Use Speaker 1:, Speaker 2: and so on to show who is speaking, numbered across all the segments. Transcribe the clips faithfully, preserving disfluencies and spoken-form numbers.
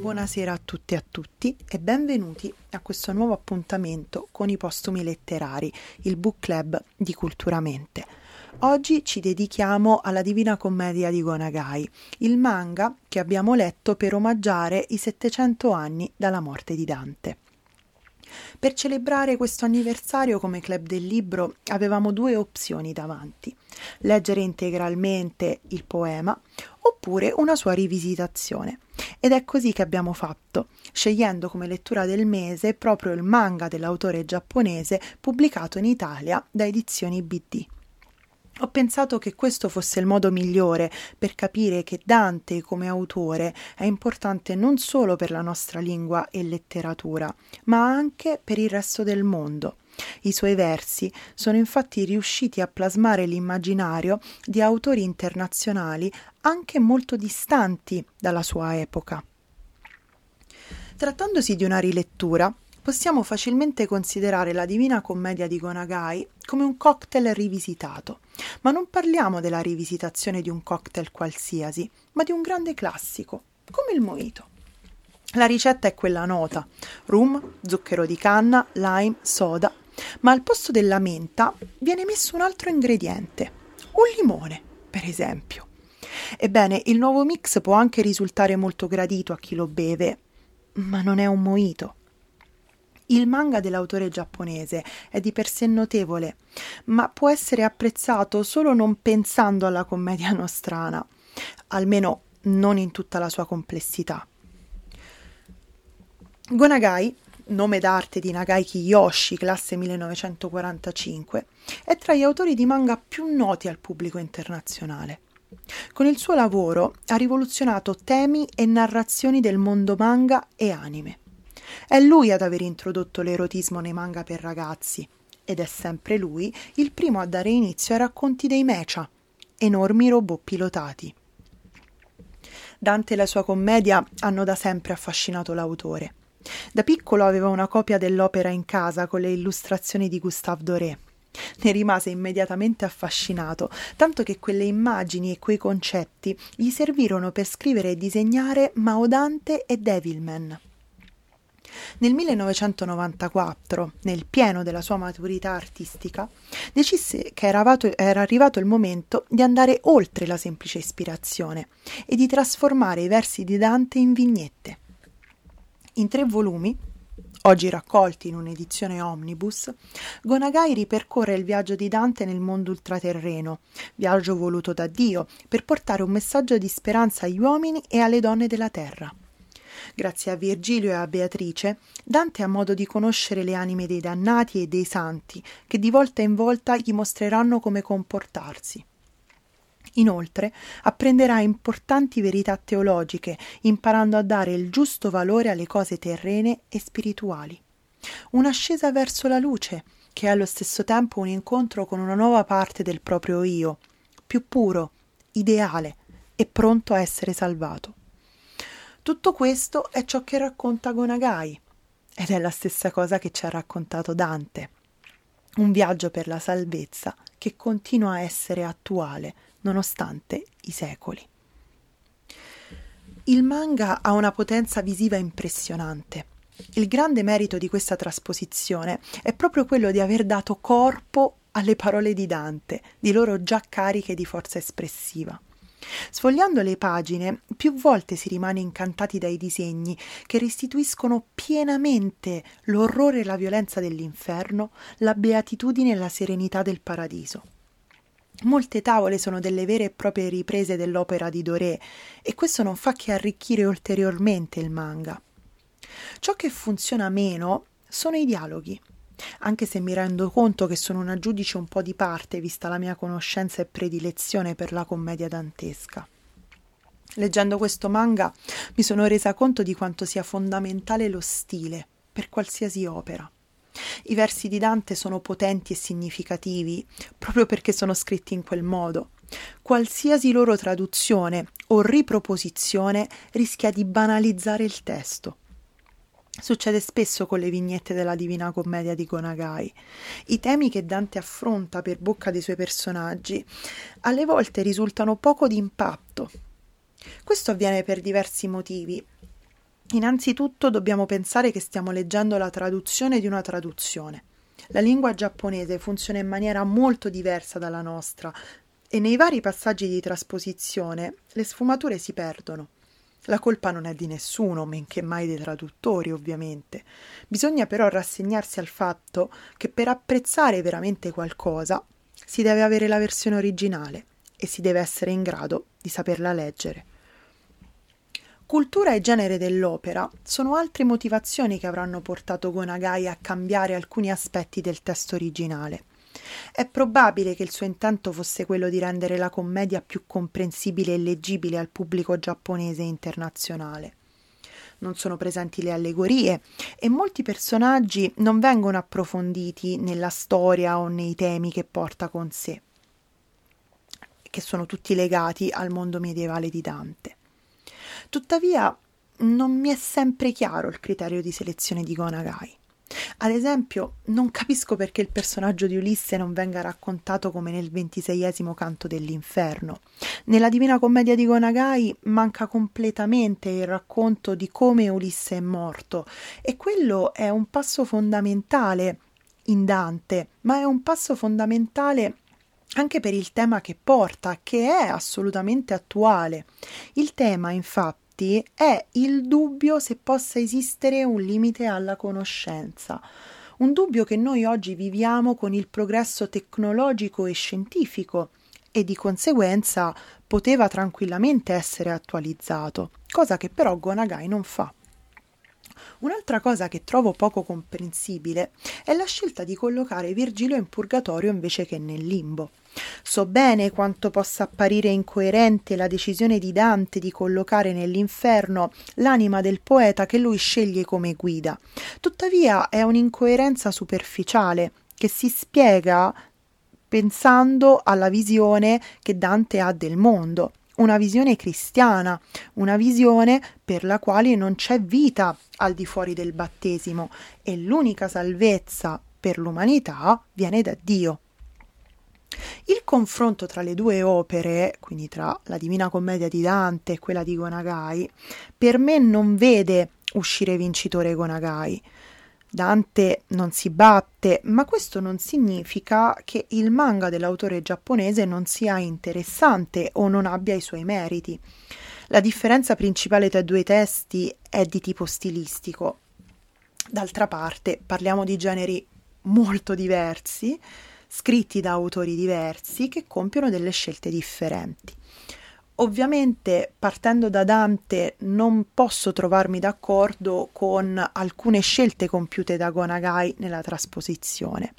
Speaker 1: buonasera a tutte e a tutti e benvenuti a questo nuovo appuntamento con i postumi letterari, il book club di Culturamente. Oggi ci dedichiamo alla Divina Commedia di Go Nagai, il manga che abbiamo letto per omaggiare i settecento anni dalla morte di Dante. Per celebrare questo anniversario come club del libro avevamo due opzioni davanti: leggere integralmente il poema oppure una sua rivisitazione. Ed è così che abbiamo fatto, scegliendo come lettura del mese proprio il manga dell'autore giapponese pubblicato in Italia da Edizioni B D. Ho pensato che questo fosse il modo migliore per capire che Dante come autore è importante non solo per la nostra lingua e letteratura, ma anche per il resto del mondo. I suoi versi sono infatti riusciti a plasmare l'immaginario di autori internazionali anche molto distanti dalla sua epoca. Trattandosi di una rilettura, possiamo facilmente considerare la Divina Commedia di Go Nagai come un cocktail rivisitato, ma non parliamo della rivisitazione di un cocktail qualsiasi, ma di un grande classico, come il mojito. La ricetta è quella nota: rum, zucchero di canna, lime, soda, ma al posto della menta viene messo un altro ingrediente, un limone, per esempio. Ebbene, il nuovo mix può anche risultare molto gradito a chi lo beve, ma non è un mojito. Il manga dell'autore giapponese è di per sé notevole, ma può essere apprezzato solo non pensando alla commedia nostrana, almeno non in tutta la sua complessità. Go Nagai, nome d'arte di Nagai Kiyoshi, classe millenovecentoquarantacinque, è tra gli autori di manga più noti al pubblico internazionale. Con il suo lavoro ha rivoluzionato temi e narrazioni del mondo manga e anime. È lui ad aver introdotto l'erotismo nei manga per ragazzi ed è sempre lui il primo a dare inizio ai racconti dei mecha, enormi robot pilotati. Dante e la sua commedia hanno da sempre affascinato l'autore. Da piccolo aveva una copia dell'opera in casa con le illustrazioni di Gustave Doré. Ne rimase immediatamente affascinato, tanto che quelle immagini e quei concetti gli servirono per scrivere e disegnare Mao Dante e Devilman. Nel millenovecentonovantaquattro, nel pieno della sua maturità artistica, decise che era arrivato, era arrivato il momento di andare oltre la semplice ispirazione e di trasformare i versi di Dante in vignette. In tre volumi, oggi raccolti in un'edizione omnibus, Go Nagai ripercorre il viaggio di Dante nel mondo ultraterreno, viaggio voluto da Dio per portare un messaggio di speranza agli uomini e alle donne della terra. Grazie a Virgilio e a Beatrice, Dante ha modo di conoscere le anime dei dannati e dei santi, che di volta in volta gli mostreranno come comportarsi. Inoltre, apprenderà importanti verità teologiche, imparando a dare il giusto valore alle cose terrene e spirituali. Un'ascesa verso la luce, che è allo stesso tempo un incontro con una nuova parte del proprio io, più puro, ideale e pronto a essere salvato. Tutto questo è ciò che racconta Go Nagai, ed è la stessa cosa che ci ha raccontato Dante. Un viaggio per la salvezza che continua a essere attuale nonostante i secoli. Il manga ha una potenza visiva impressionante. Il grande merito di questa trasposizione è proprio quello di aver dato corpo alle parole di Dante, di loro già cariche di forza espressiva. Sfogliando le pagine, più volte si rimane incantati dai disegni che restituiscono pienamente l'orrore e la violenza dell'inferno, la beatitudine e la serenità del paradiso. Molte tavole sono delle vere e proprie riprese dell'opera di Doré e questo non fa che arricchire ulteriormente il manga. Ciò che funziona meno sono i dialoghi, anche se mi rendo conto che sono una giudice un po' di parte vista la mia conoscenza e predilezione per la commedia dantesca. Leggendo questo manga mi sono resa conto di quanto sia fondamentale lo stile per qualsiasi opera. I versi di Dante sono potenti e significativi proprio perché sono scritti in quel modo. Qualsiasi loro traduzione o riproposizione rischia di banalizzare il testo. Succede spesso con le vignette della Divina Commedia di Go Nagai. I temi che Dante affronta per bocca dei suoi personaggi alle volte risultano poco d'impatto. Questo avviene per diversi motivi. Innanzitutto dobbiamo pensare che stiamo leggendo la traduzione di una traduzione. La lingua giapponese funziona in maniera molto diversa dalla nostra e nei vari passaggi di trasposizione le sfumature si perdono. La colpa non è di nessuno, men che mai dei traduttori, ovviamente. Bisogna però rassegnarsi al fatto che per apprezzare veramente qualcosa si deve avere la versione originale e si deve essere in grado di saperla leggere. Cultura e genere dell'opera sono altre motivazioni che avranno portato Go Nagai a cambiare alcuni aspetti del testo originale. È probabile che il suo intento fosse quello di rendere la commedia più comprensibile e leggibile al pubblico giapponese e internazionale. Non sono presenti le allegorie e molti personaggi non vengono approfonditi nella storia o nei temi che porta con sé, che sono tutti legati al mondo medievale di Dante. Tuttavia, non mi è sempre chiaro il criterio di selezione di Go Nagai. Ad esempio, non capisco perché il personaggio di Ulisse non venga raccontato come nel ventiseiesimo canto dell'inferno. Nella Divina Commedia di Go Nagai manca completamente il racconto di come Ulisse è morto, e quello è un passo fondamentale in Dante, ma è un passo fondamentale anche per il tema che porta, che è assolutamente attuale. Il tema, infatti, è il dubbio se possa esistere un limite alla conoscenza, un dubbio che noi oggi viviamo con il progresso tecnologico e scientifico e di conseguenza poteva tranquillamente essere attualizzato, cosa che però Go Nagai non fa. Un'altra cosa che trovo poco comprensibile è la scelta di collocare Virgilio in purgatorio invece che nel limbo. So bene quanto possa apparire incoerente la decisione di Dante di collocare nell'inferno l'anima del poeta che lui sceglie come guida. Tuttavia è un'incoerenza superficiale che si spiega pensando alla visione che Dante ha del mondo. Una visione cristiana, una visione per la quale non c'è vita al di fuori del battesimo e l'unica salvezza per l'umanità viene da Dio. Il confronto tra le due opere, quindi tra la Divina Commedia di Dante e quella di Go Nagai, per me non vede uscire vincitore Go Nagai. Dante non si batte, ma questo non significa che il manga dell'autore giapponese non sia interessante o non abbia i suoi meriti. La differenza principale tra i due testi è di tipo stilistico. D'altra parte, parliamo di generi molto diversi, scritti da autori diversi che compiono delle scelte differenti. Ovviamente, partendo da Dante, non posso trovarmi d'accordo con alcune scelte compiute da Go Nagai nella trasposizione.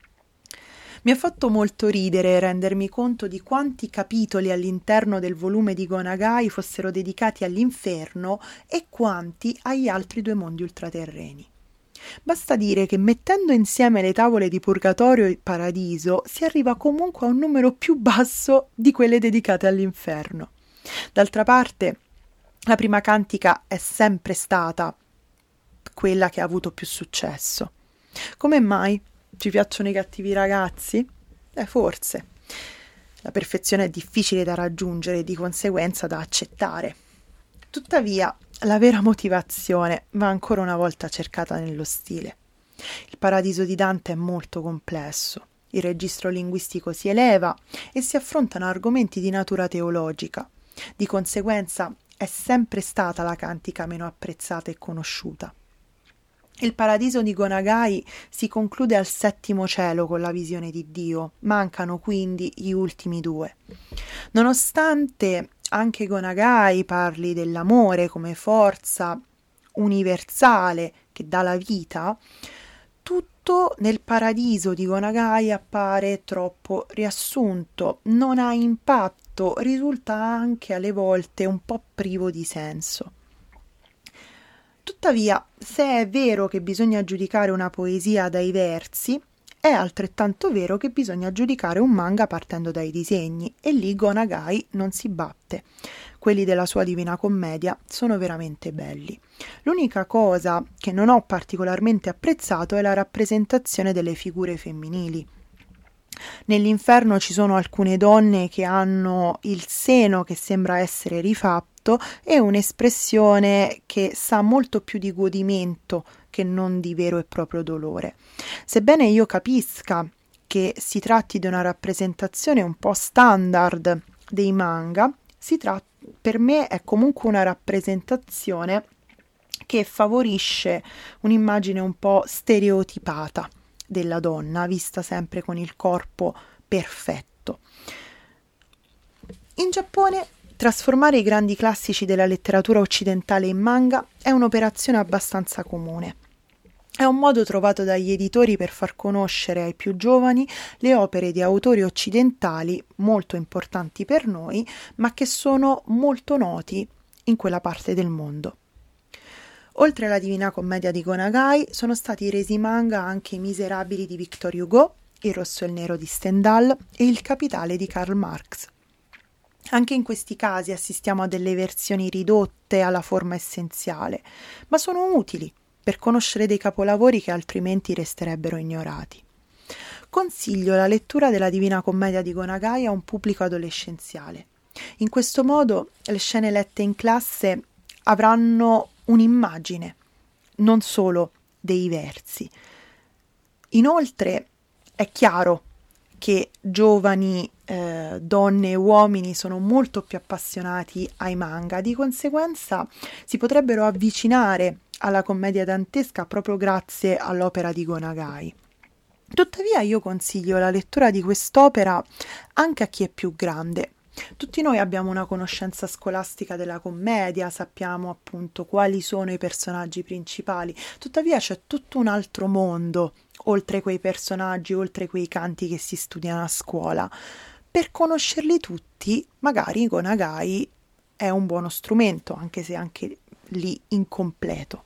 Speaker 1: Mi ha fatto molto ridere rendermi conto di quanti capitoli all'interno del volume di Go Nagai fossero dedicati all'inferno e quanti agli altri due mondi ultraterreni. Basta dire che mettendo insieme le tavole di Purgatorio e Paradiso si arriva comunque a un numero più basso di quelle dedicate all'inferno. D'altra parte, la prima cantica è sempre stata quella che ha avuto più successo. Come mai? Ci piacciono i cattivi ragazzi? Eh, forse. La perfezione è difficile da raggiungere e di conseguenza da accettare. Tuttavia, la vera motivazione va ancora una volta cercata nello stile. Il Paradiso di Dante è molto complesso, il registro linguistico si eleva e si affrontano argomenti di natura teologica. Di conseguenza è sempre stata la cantica meno apprezzata e conosciuta. Il Paradiso di Go Nagai si conclude al settimo cielo con la visione di Dio, mancano quindi gli ultimi due. Nonostante anche Go Nagai parli dell'amore come forza universale che dà la vita, tutto nel Paradiso di Go Nagai appare troppo riassunto, non ha impatto, risulta anche alle volte un po' privo di senso. Tuttavia, se è vero che bisogna giudicare una poesia dai versi, è altrettanto vero che bisogna giudicare un manga partendo dai disegni, e lì Go Nagai non si batte. Quelli della sua Divina Commedia sono veramente belli. L'unica cosa che non ho particolarmente apprezzato è la rappresentazione delle figure femminili. Nell'inferno ci sono alcune donne che hanno il seno che sembra essere rifatto perfetto è un'espressione che sa molto più di godimento che non di vero e proprio dolore. Sebbene io capisca che si tratti di una rappresentazione un po' standard dei manga, si tratta, per me è comunque una rappresentazione che favorisce un'immagine un po' stereotipata della donna, vista sempre con il corpo perfetto. In Giappone, trasformare i grandi classici della letteratura occidentale in manga è un'operazione abbastanza comune. È un modo trovato dagli editori per far conoscere ai più giovani le opere di autori occidentali molto importanti per noi, ma che sono molto noti in quella parte del mondo. Oltre alla Divina Commedia di Go Nagai, sono stati resi manga anche I Miserabili di Victor Hugo, Il Rosso e il Nero di Stendhal e Il Capitale di Karl Marx. Anche in questi casi assistiamo a delle versioni ridotte alla forma essenziale, ma sono utili per conoscere dei capolavori che altrimenti resterebbero ignorati. Consiglio la lettura della Divina Commedia di Go Nagai a un pubblico adolescenziale. In questo modo le scene lette in classe avranno un'immagine, non solo dei versi. Inoltre è chiaro che giovani eh, donne e uomini sono molto più appassionati ai manga, di conseguenza si potrebbero avvicinare alla commedia dantesca proprio grazie all'opera di Go Nagai. Tuttavia io consiglio la lettura di quest'opera anche a chi è più grande. Tutti noi abbiamo una conoscenza scolastica della commedia, sappiamo appunto quali sono i personaggi principali, tuttavia c'è tutto un altro mondo, oltre quei personaggi, oltre quei canti che si studiano a scuola. Per conoscerli tutti, magari Go Nagai è un buono strumento, anche se anche lì incompleto.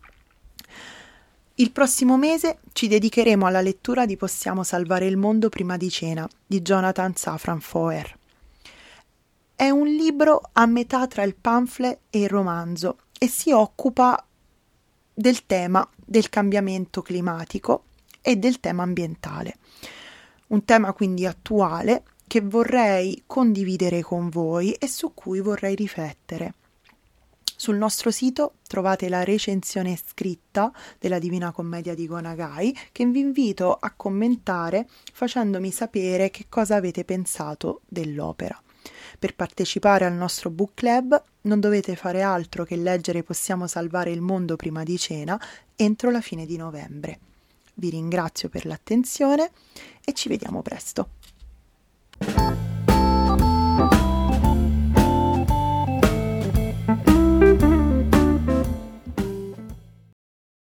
Speaker 1: Il prossimo mese ci dedicheremo alla lettura di Possiamo salvare il mondo prima di cena di Jonathan Safran Foer. È un libro a metà tra il pamphlet e il romanzo e si occupa del tema del cambiamento climatico e del tema ambientale. Un tema quindi attuale che vorrei condividere con voi e su cui vorrei riflettere. Sul nostro sito trovate la recensione scritta della Divina Commedia di Go Nagai, che vi invito a commentare facendomi sapere che cosa avete pensato dell'opera. Per partecipare al nostro book club non dovete fare altro che leggere Possiamo salvare il mondo prima di cena entro la fine di novembre. Vi ringrazio per l'attenzione e ci vediamo presto.